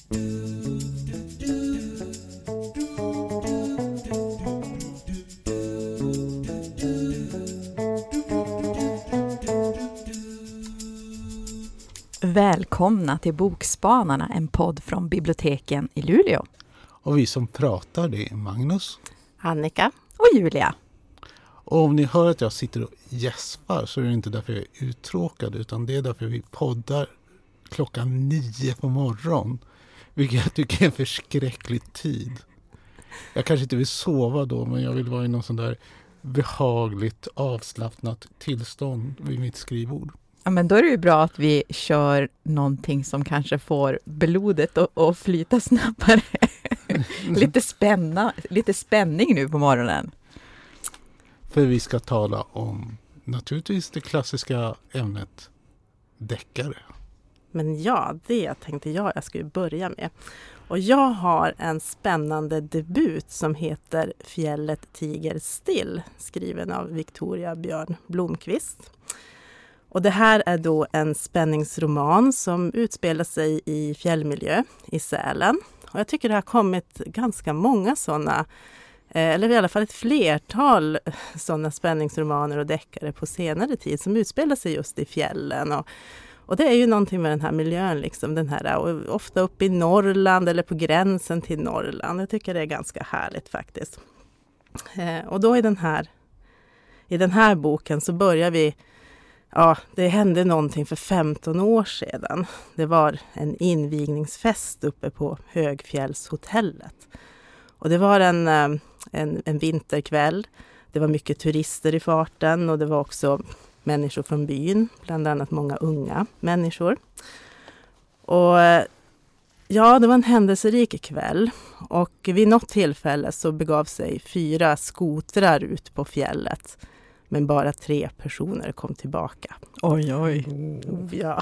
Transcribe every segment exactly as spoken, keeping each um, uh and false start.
Välkomna till Bokspanarna, en podd från biblioteken i Luleå. Och vi som pratar, det är Magnus, Annika och Julia. Och om ni hör att jag sitter och gäspar så är det inte därför jag är uttråkad, utan det är därför vi poddar klockan nio på morgon. Vilket jag tycker är en förskräcklig tid. Jag kanske inte vill sova då, men jag vill vara i någon sån där behagligt avslappnat tillstånd vid mitt skrivbord. Ja, men då är det ju bra att vi kör någonting som kanske får blodet att, att flyta snabbare. lite, spänna, lite spänning nu på morgonen. För vi ska tala om naturligtvis det klassiska ämnet deckare. Men ja, det tänkte jag jag skulle börja med. Och jag har en spännande debut som heter Fjället tiger still, skriven av Victoria Björn Blomqvist. Och det här är då en spänningsroman som utspelar sig i fjällmiljö i Sälen. Och jag tycker det har kommit ganska många sådana, eller i alla fall ett flertal sådana spänningsromaner och deckare på senare tid som utspelar sig just i fjällen. Och, och det är ju någonting med den här miljön, liksom, den här, och ofta uppe i Norrland eller på gränsen till Norrland. Jag tycker det är ganska härligt faktiskt. Och då i den här, i den här boken så börjar vi. Ja, det hände någonting för femton år sedan. Det var en invigningsfest uppe på Högfjällshotellet. Och det var en, en, en vinterkväll. Det var mycket turister i farten och det var också människor från byn. Bland annat många unga människor. Och ja, det var en händelserik kväll. Och vid något tillfälle så begav sig fyra skotrar ut på fjället. Men bara tre personer kom tillbaka. Oj, oj. Oh, ja.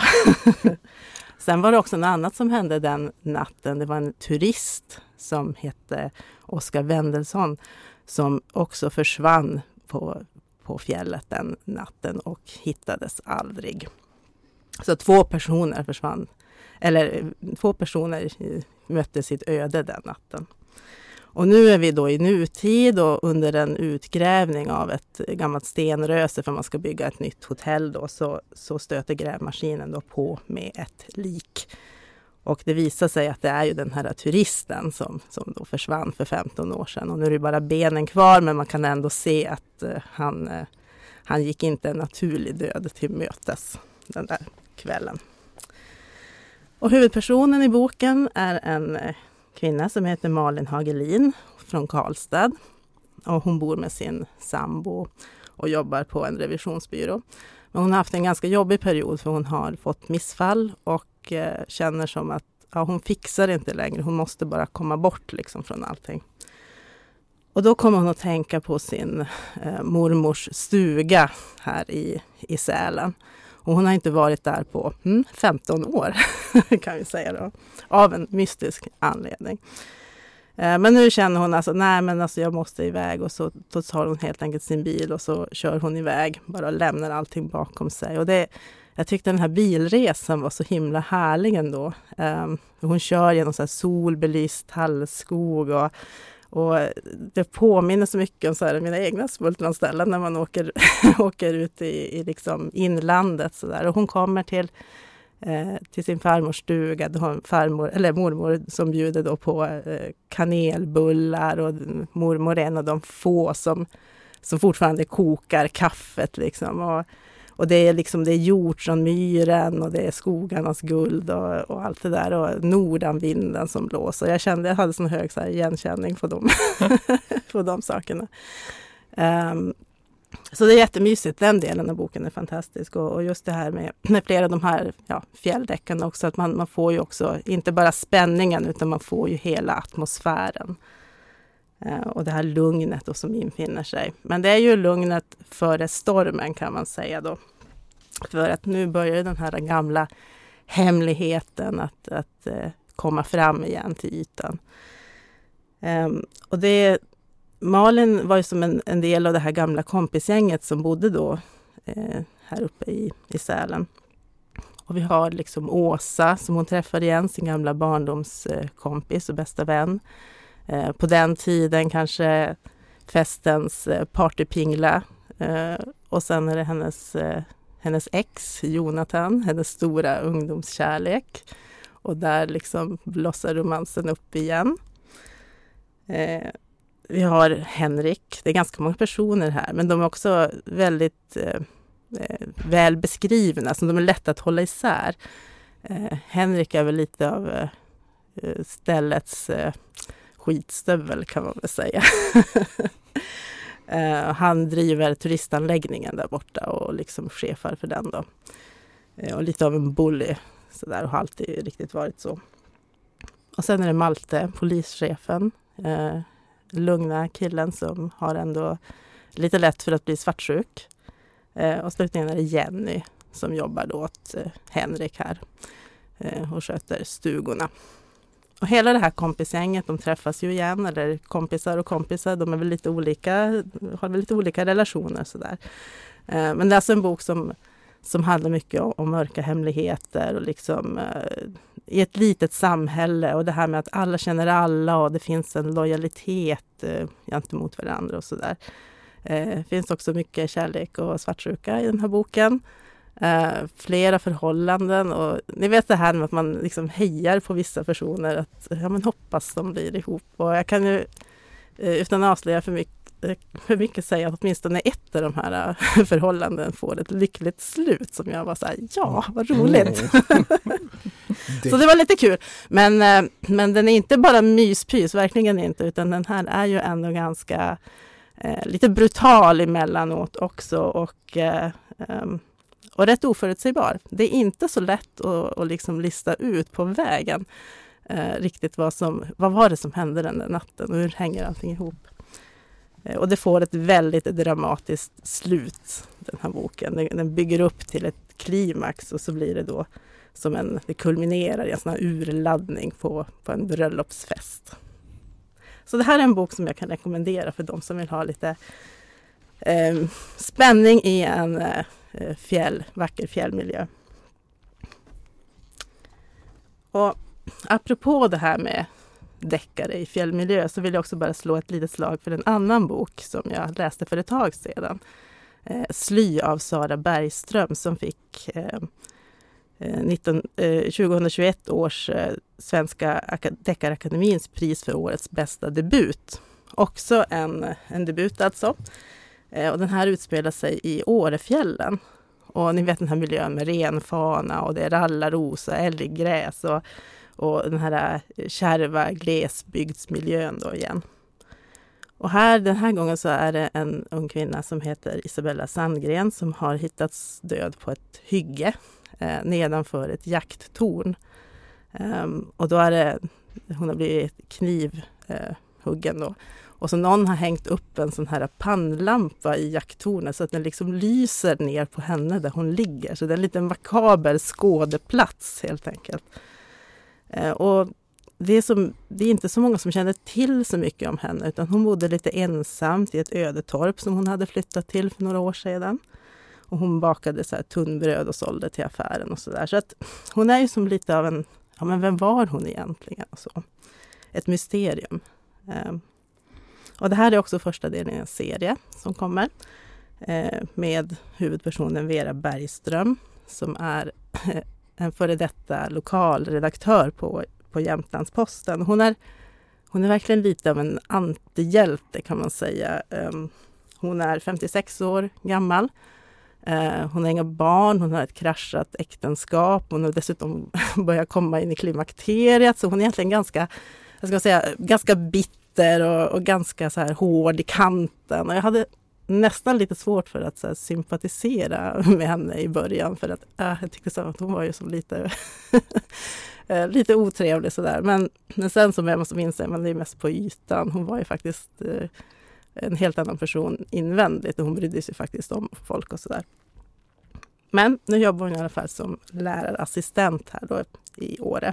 Sen var det också något annat som hände den natten. Det var en turist som hette Oskar Wendelsson som också försvann på, på fjället den natten och hittades aldrig. Så två personer försvann, eller två personer mötte sitt öde den natten. Och nu är vi då i nutid och under en utgrävning av ett gammalt stenröse för man ska bygga ett nytt hotell då, så, så stöter grävmaskinen då på med ett lik. Och det visar sig att det är ju den här turisten som, som då försvann för femton år sedan. Och nu är det bara benen kvar, men man kan ändå se att uh, han, uh, han gick inte en naturlig död till mötes den där kvällen. Och huvudpersonen i boken är en uh, kvinna som heter Malin Hagelin från Karlstad. Och hon bor med sin sambo och jobbar på en revisionsbyrå. Men hon har haft en ganska jobbig period för hon har fått missfall och eh, känner som att ja, hon fixar inte längre. Hon måste bara komma bort liksom, från allting. Och då kommer hon att tänka på sin eh, mormors stuga här i, i Sälen. Och hon har inte varit där på hmm, femton år kan vi säga då. Av en mystisk anledning. Eh, men nu känner hon alltså, nej men alltså jag måste iväg. Och så då tar hon helt enkelt sin bil och så kör hon iväg. Bara lämnar allting bakom sig. Och det, jag tyckte den här bilresan var så himla härlig ändå. Eh, hon kör genom så här solbelyst tallskog och Och det påminner så mycket om så här, mina egna smultronställen när man åker, åker ut i, i liksom inlandet. Så där. Och hon kommer till, eh, till sin farmors stuga. Då har farmor, eller mormor som bjuder då på eh, kanelbullar. Och mormor är en av de få som, som fortfarande kokar kaffet. Liksom. Och, och det är liksom det är jord från myren och det är skogarnas guld och, och allt det där. Och nordanvinden som blåser. Jag kände jag hade sån hög så här, igenkänning på de, på de sakerna. Um, så det är jättemysigt. Den delen av boken är fantastisk. Och, och just det här med, med flera av de här ja, fjälldäckarna också. Att man, man får ju också inte bara spänningen utan man får ju hela atmosfären. Uh, och det här lugnet då som infinner sig. Men det är ju lugnet före stormen kan man säga då. För att nu börjar den här gamla hemligheten att, att uh, komma fram igen till ytan. Um, och det, Malin var ju som en, en del av det här gamla kompisgänget som bodde då uh, här uppe i, i Sälen. Och vi har liksom Åsa som hon träffar igen, sin gamla barndomskompis och bästa vän. Eh, på den tiden kanske festens eh, partypingla. Eh, och sen är det hennes, eh, hennes ex, Jonathan, hennes stora ungdomskärlek. Och där liksom blossar romansen upp igen. Eh, vi har Henrik, det är ganska många personer här, men de är också väldigt eh, väl beskrivna, så de är lätta att hålla isär. Eh, Henrik är väl lite av eh, ställets eh, skitstövel kan man väl säga. eh, han driver turistanläggningen där borta och liksom chefar för den då. Eh, och lite av en bully så där, och har alltid riktigt varit så. Och sen är det Malte, polischefen. Eh, lugna killen som har ändå lite lätt för att bli svartsjuk. Eh, och slutligen är det Jenny som jobbar då åt eh, Henrik här eh, och sköter stugorna. Och hela det här kompisgänget, de träffas ju igen, eller kompisar och kompisar, de är väl lite olika, har väl lite olika relationer sådär. Eh, men det är alltså en bok som, som handlar mycket om, om mörka hemligheter och liksom eh, i ett litet samhälle, och det här med att alla känner alla och det finns en lojalitet eh, gentemot varandra och sådär. Det eh, finns också mycket kärlek och svartsjuka i den här boken. Eh, flera förhållanden, och ni vet det här med att man liksom hejar på vissa personer, att ja, men hoppas de blir ihop. Och jag kan ju eh, utan att avslöja för mycket, för mycket säga att åtminstone ett av de här uh, förhållanden får ett lyckligt slut, som jag var så här, ja, vad roligt. Mm. Så det var lite kul. Men, uh, men den är inte bara myspys, verkligen inte, utan den här är ju ändå ganska uh, lite brutal emellanåt också, och, uh, um, och rätt oförutsägbar. Det är inte så lätt att, att liksom lista ut på vägen uh, riktigt vad som, vad var det som hände den där natten och hur hänger allting ihop. Och det får ett väldigt dramatiskt slut, den här boken. Den bygger upp till ett klimax, och så blir det då som en, det kulminerar i en sån här urladdning på, på en bröllopsfest. Så det här är en bok som jag kan rekommendera för de som vill ha lite eh, spänning i en eh, fjäll, vacker fjällmiljö. Och apropå det här med deckare i fjällmiljö, så vill jag också bara slå ett litet slag för en annan bok som jag läste för ett tag sedan. Eh, Sly av Sara Bergström, som fick eh, nitton, eh, tjugohundratjugoett års eh, Svenska Deckarakademins pris för årets bästa debut. Också en, en debut alltså. Eh, och den här utspelar sig i Årefjällen. Och ni vet den här miljön med renfana, och det är rallarros och älggräs och Och den här kärva glesbygdsmiljön då igen. Och här, den här gången så är det en ung kvinna som heter Isabella Sandgren som har hittats död på ett hygge eh, nedanför ett jakttorn. Um, och då är det, hon har blivit knivhuggen eh, då. Och så någon har hängt upp en sån här pannlampa i jakttornet så att den liksom lyser ner på henne där hon ligger. Så det är en liten makaber skådeplats helt enkelt. Och det är, som, det är inte så många som känner till så mycket om henne, utan hon bodde lite ensamt i ett ödetorp som hon hade flyttat till för några år sedan. Och hon bakade så här tunnbröd och sålde till affären och sådär. Så att hon är ju som lite av en, ja men vem var hon egentligen? Och så. Ett mysterium. Um, och det här är också första delen i en serie som kommer uh, med huvudpersonen Vera Bergström, som är en före detta lokalredaktör på, på Jämtlandsposten. Hon är, hon är verkligen lite av en antihjälte kan man säga. Um, hon är femtiosex år gammal. Uh, hon har inga barn, hon har ett kraschat äktenskap. Hon har dessutom börjat komma in i klimakteriet. Så hon är egentligen ganska, jag ska säga, ganska bitter och, och ganska så här hård i kanten. Och jag hade nästan lite svårt för att så här, sympatisera med henne i början, för att äh, jag tyckte så att hon var ju som lite lite otrevlig sådär. Men, men sen som jag måste minnas, men det är mest på ytan. Hon var ju faktiskt eh, en helt annan person invändigt, och hon brydde sig faktiskt om folk och sådär. Men nu jobbar hon i alla fall som lärarassistent här då i Åre.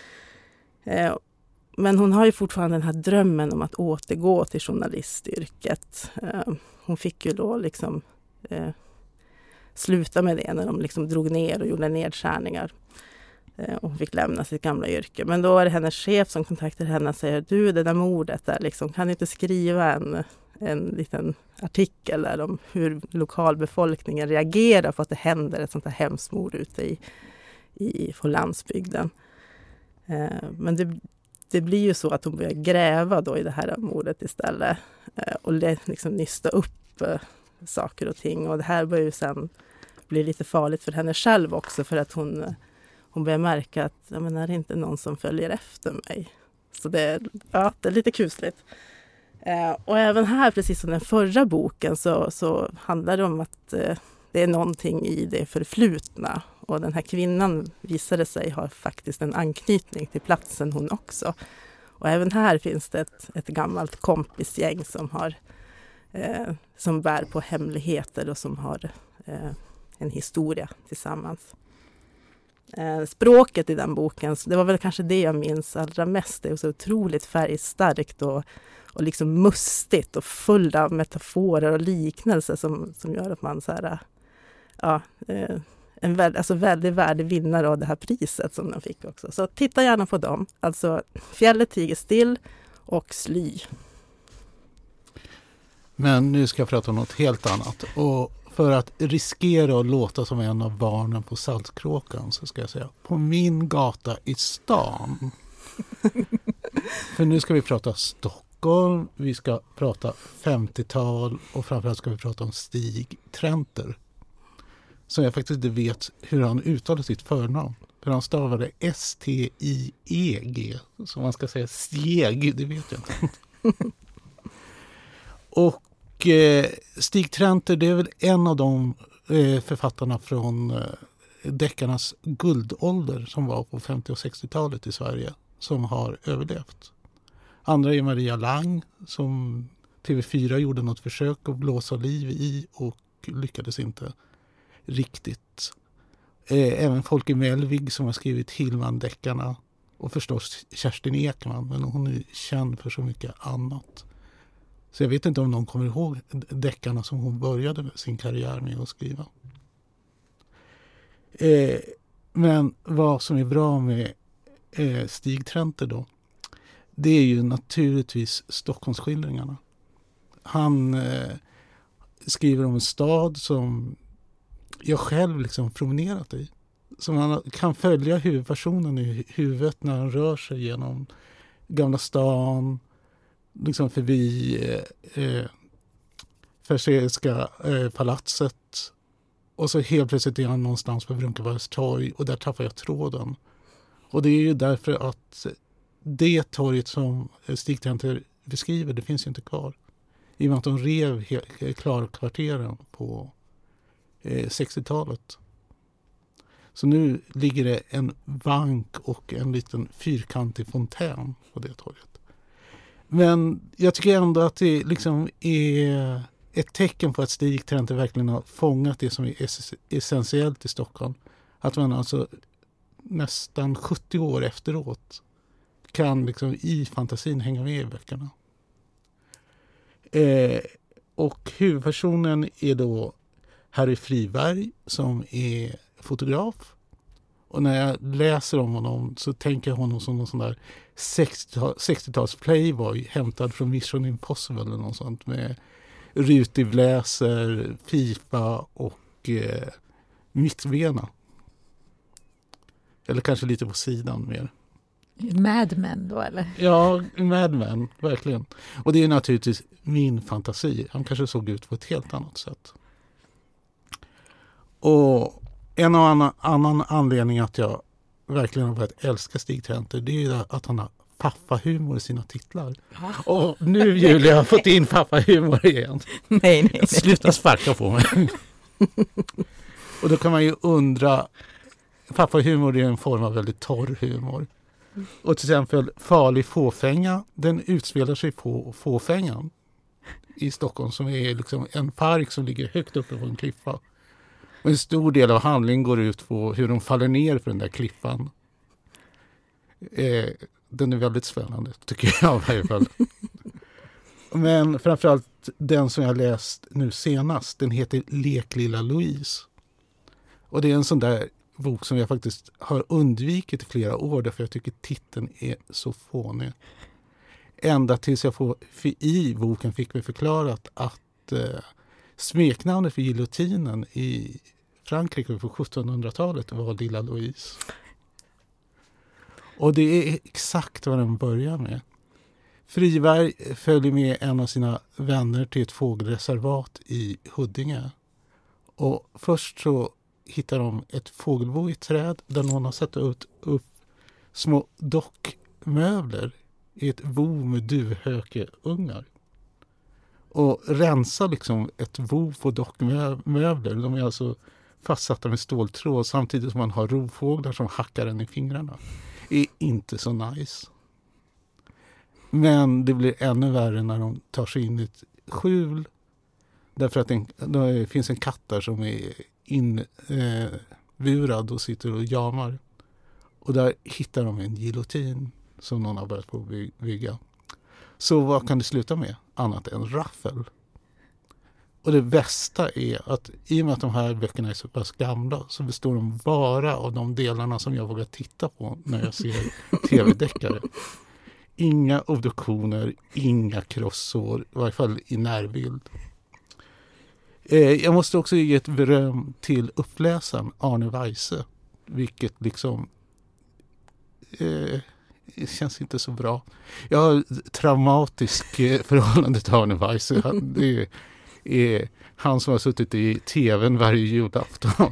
Eh, Men hon har ju fortfarande den här drömmen om att återgå till journalistyrket. Hon fick ju då liksom eh, sluta med det när de liksom drog ner och gjorde nedskärningar. Eh, och fick lämna sitt gamla yrke. Men då var det hennes chef som kontaktade henne och säger, du, det där mordet där, liksom, kan du inte skriva en, en liten artikel där om hur lokalbefolkningen reagerar på att det händer ett sånt här hemskt mord ute i, i på landsbygden. Eh, men det, det blir ju så att hon börjar gräva då i det här mordet istället. Eh, och liksom nysta upp eh, saker och ting. Och det här börjar ju sen bli lite farligt för henne själv också, för att hon Hon börjar märka att ja, men är det inte någon som följer efter mig. Så det, ja, det är lite kusligt. Eh, och även här, precis som den förra boken, så, så handlar det om att eh, det är någonting i det förflutna. Och den här kvinnan visade sig ha faktiskt en anknytning till platsen hon också. Och även här finns det ett, ett gammalt kompisgäng som, har, eh, som bär på hemligheter och som har eh, en historia tillsammans. Språket i den boken, det var väl kanske det jag minns allra mest. Det är så otroligt färgstarkt och, och liksom mustigt och full av metaforer och liknelser som, som gör att man så här, ja, en väl, alltså väldigt värdig vinnare av det här priset som den fick också. Så titta gärna på dem. Alltså Fjället tiger still och Sly. Men nu ska jag prata om något helt annat. Och för att riskera att låta som en av barnen på Saltkråkan så ska jag säga på min gata i stan. För nu ska vi prata Stockholm, vi ska prata femtiotal och framförallt ska vi prata om Stig Trenter. Så jag faktiskt inte vet hur han uttalar sitt förnamn. För han stavade S T I E G. Så man ska säga Steg, det vet jag inte. Och Stig Trenter, det är väl en av de eh, författarna från eh, deckarnas guldålder som var på femtio- och sextiotalet i Sverige som har överlevt. Andra är Maria Lang som T V fyra gjorde något försök att blåsa liv i och lyckades inte riktigt. Eh, även Folke Mellvig som har skrivit Hillman-deckarna och förstås Kerstin Ekman, men hon är känd för så mycket annat. Så jag vet inte om någon kommer ihåg deckarna som hon började sin karriär med att skriva. Eh, men vad som är bra med eh, Stig Trenter då, det är ju naturligtvis Stockholmsskildringarna. Han eh, skriver om en stad som jag själv liksom promenerat i. Så man kan följa huvudpersonen i huvudet när han rör sig genom Gamla stan, liksom förbi eh, Versaillesska eh, palatset och så helt plötsligt är han någonstans på Brunkebergs torg och där tappar jag tråden. Och det är ju därför att det torget som Stig Trenter beskriver, det finns ju inte kvar. I och med att de rev he- klarkvarteren på eh, sextiotalet. Så nu ligger det en bank och en liten fyrkantig fontän på det torget. Men jag tycker ändå att det liksom är ett tecken på att Stig Trenter verkligen har fångat det som är ess- essentiellt i Stockholm. Att man alltså nästan sjuttio år efteråt kan liksom i fantasin hänga med i böckerna. Eh, och huvudpersonen är då Harry Friberg som är fotograf. Och när jag läser om honom så tänker jag honom som någon sån där sextio-tals playboy hämtad från Mission Impossible eller något sånt med rutig bläser, pipa och eh, mittbena. Eller kanske lite på sidan mer. Mad Men då eller? Ja, Mad Men, verkligen. Och det är naturligtvis min fantasi. Han kanske såg ut på ett helt annat sätt. Och en och annan, annan anledning att jag verkligen har börjat älska Stig Trenter, det är att han har pappa-humor i sina titlar. Ja. Och nu Julia har fått in pappa-humor igen. Nej, nej, nej. Sluta sparka på mig. Och då kan man ju undra, pappa-humor är en form av väldigt torr humor. Och till exempel Farlig fåfänga, den utspelar sig på Fåfängan i Stockholm som är liksom en park som ligger högt uppe på en klippa. Och en stor del av handlingen går ut på hur de faller ner för den där klippan. Eh, den är väldigt spännande, tycker jag i varje fall. Men framförallt den som jag läst nu senast, den heter Lek lilla Louise. Och det är en sån där bok som jag faktiskt har undvikit i flera år därför jag tycker titeln är så fånig. Ända tills jag får, i boken fick vi förklarat att eh, smeknamnet för giljotinen i Frankrike på sjuttonhundratalet var Lilla Louise. Och det är exakt vad den börjar med. Friberg följer med en av sina vänner till ett fågelreservat i Huddinge. Och först så hittar de ett fågelbo i ett träd där någon har satt ut upp små dockmöbler i ett bo med duvhökeungar. Och rensa liksom ett bo på dockmöbler. De är alltså fastsatta med ståltråd samtidigt som man har rovfåglar som hackar en i fingrarna. Det är inte så nice. Men det blir ännu värre när de tar sig in i ett skjul. Därför att en, det finns en katt där som är inburad eh, och sitter och jamar. Och där hittar de en giljotin som någon har börjat på att bygga. Så vad kan det sluta med? Annat än raffel. Och det bästa är att i och med att de här böckerna är så pass gamla så består de bara av de delarna som jag vågar titta på när jag ser tv-deckare. Inga obduktioner, inga krossår, i varje fall i närbild. Eh, jag måste också ge ett beröm till uppläsaren Arne Weise, vilket liksom eh, känns inte så bra. Jag har ett traumatisk eh, förhållande till Arne Weise. Han, det är han som har suttit i tvn varje julafton.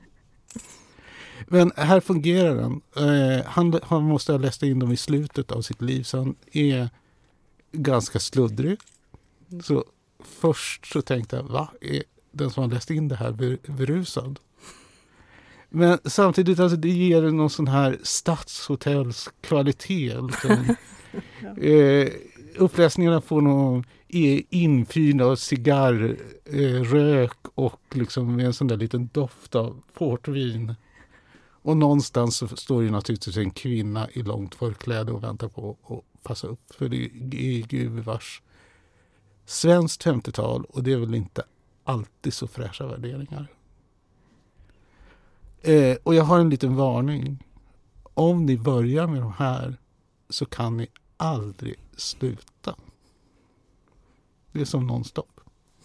Men här fungerar den. Eh, han, han måste ha läst in dem i slutet av sitt liv, så han är ganska sluddrig. Så först så tänkte jag, va? Är den som har läst in det här berusad? Men samtidigt, alltså, det ger någon sån här stadshotellskvalitet. Liksom. eh, uppläsningarna får någon infyrad cigarrök eh, och liksom en sån där liten doft av portvin. Och någonstans så står ju naturligtvis en kvinna i långt förkläde och väntar på att passa upp. För det är gubevars svenskt femtiotal och det är väl inte alltid så fräscha värderingar. Eh, och jag har en liten varning. Om ni börjar med de här så kan ni aldrig sluta. Det är som nonstop.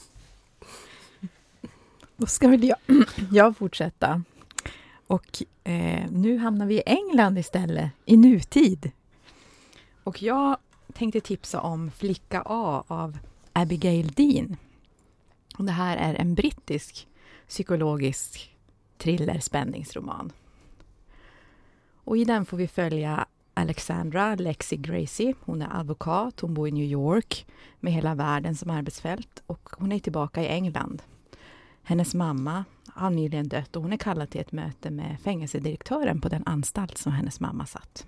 Då ska väl jag, jag fortsätta. Och eh, nu hamnar vi i England istället, i nutid. Och jag tänkte tipsa om Flicka A av Abigail Dean. Och det här är en brittisk psykologisk thriller-spänningsroman. Och i den får vi följa Alexandra Lexi Gracie. Hon är advokat, hon bor i New York med hela världen som arbetsfält. Och hon är tillbaka i England. Hennes mamma har nyligen dött och hon är kallad till ett möte med fängelsedirektören på den anstalt som hennes mamma satt.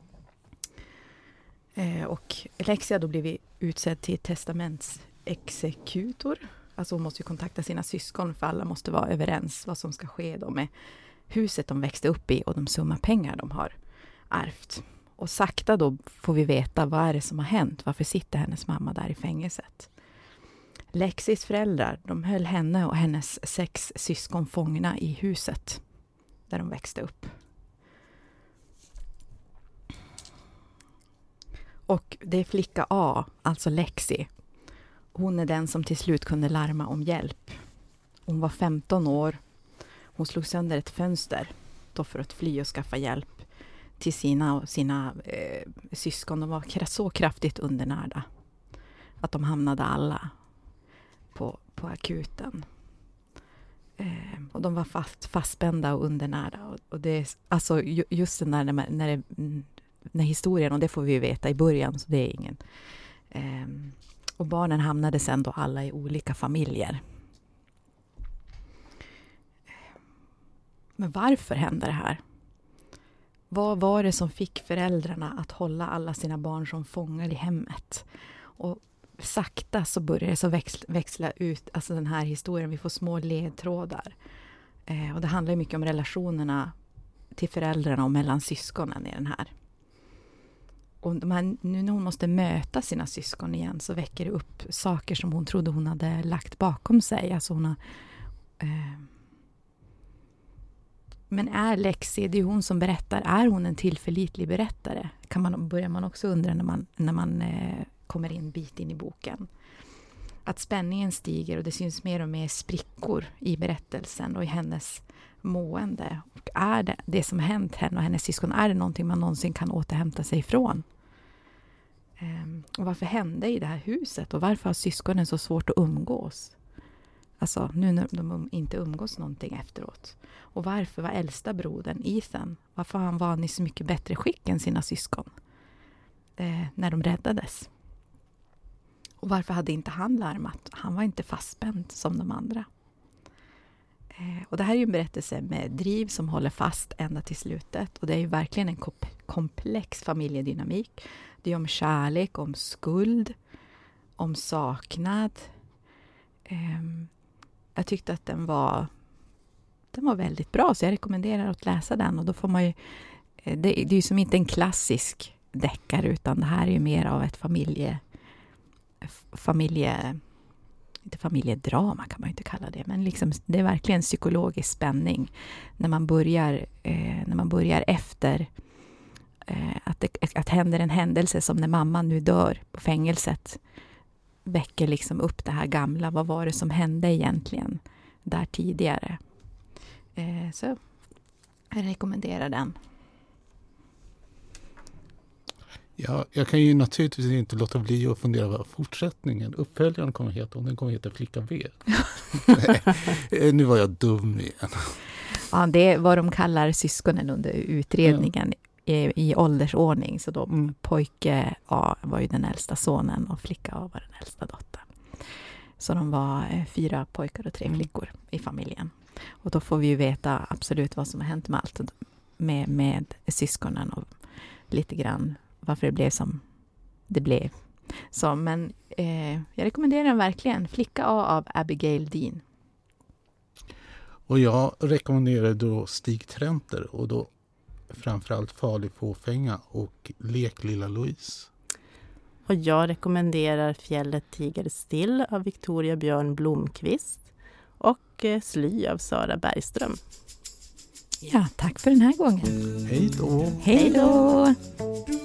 Eh, och Lexi har då blivit utsedd till testamentsexekutor. Alltså hon måste ju kontakta sina syskon för alla måste vara överens vad som ska ske då med huset de växte upp i och de summa pengar de har ärvt. Och sakta då får vi veta vad är det som har hänt. Varför sitter hennes mamma där i fängelset? Lexis föräldrar, de höll henne och hennes sex syskon fångna i huset där de växte upp. Och det är flicka A, alltså Lexi. Hon är den som till slut kunde larma om hjälp. Hon var femton år. Hon slog sönder ett fönster då för att fly och skaffa hjälp till sina och sina eh, syskon. De var så kraftigt undernärda att de hamnade alla på, på akuten. Eh, och de var fast, fastspända och undernärda. Och, och det är alltså ju, just den där när, när, det, när historien, och det får vi veta i början, så det är ingen. Eh, och barnen hamnade sen då alla i olika familjer. Men varför hände det här? Vad var det som fick föräldrarna att hålla alla sina barn som fångar i hemmet? Och sakta så börjar det så växla, växla ut alltså den här historien. Vi får små ledtrådar. Eh, och det handlar mycket om relationerna till föräldrarna och mellan syskonen i den här. Och de här, nu när hon måste möta sina syskon igen så väcker det upp saker som hon trodde hon hade lagt bakom sig. Alltså hon har... Eh, men är Lexi, det är hon som berättar, är hon en tillförlitlig berättare? Kan man, börjar man också undra när man, när man eh, kommer in en bit in i boken. Att spänningen stiger och det syns mer och mer sprickor i berättelsen och i hennes mående. Och är det, det som hänt henne och hennes syskon, är det någonting man någonsin kan återhämta sig ifrån? Um, och varför hände i det här huset? Och varför har syskonen så svårt att umgås? Alltså nu när de inte umgås någonting efteråt. Och varför var äldsta brodern Ethan, varför han var han i så mycket bättre skick än sina syskon? Eh, när de räddades. Och varför hade inte han larmat? Han var inte fastspänd som de andra. Eh, och det här är ju en berättelse med driv som håller fast ända till slutet. Och det är ju verkligen en kom- komplex familjedynamik. Det är om kärlek, om skuld, om saknad. Eh, jag tyckte att den var, den var väldigt bra, så jag rekommenderar att läsa den. Och då får man ju, det, det är ju som inte en klassisk deckare, utan det här är ju mer av ett familje... familje inte familjedrama kan man ju inte kalla det, men liksom, det är verkligen psykologisk spänning när man börjar eh, när man börjar efter eh, att det att händer en händelse som när mamman nu dör på fängelset, väcker liksom upp det här gamla, vad var det som hände egentligen där tidigare. Eh, så jag rekommenderar den. Ja, jag kan ju naturligtvis inte låta bli att fundera vad fortsättningen, uppföljaren kommer heta, om den kommer heta Flicka V. Nej, nu var jag dum igen. Ja, det är vad de kallar syskonen under utredningen ja. i, i åldersordning. Så då mm. pojke A var ju den äldsta sonen och flicka A var den äldsta dottern. Så de var eh, fyra pojkar och tre mm. flickor i familjen. Och då får vi ju veta absolut vad som har hänt med allt med, med syskonen och lite grann varför det blev som det blev. Så, men eh, jag rekommenderar den verkligen. Flicka A av Abigail Dean. Och jag rekommenderar då Stig Trenter och då framförallt Farlig fåfänga och Lek lilla Louise. Och jag rekommenderar Fjället tiger still av Victoria Björn Blomqvist och eh, Sly av Sara Bergström. Ja, tack för den här gången. Hej då! Hej då!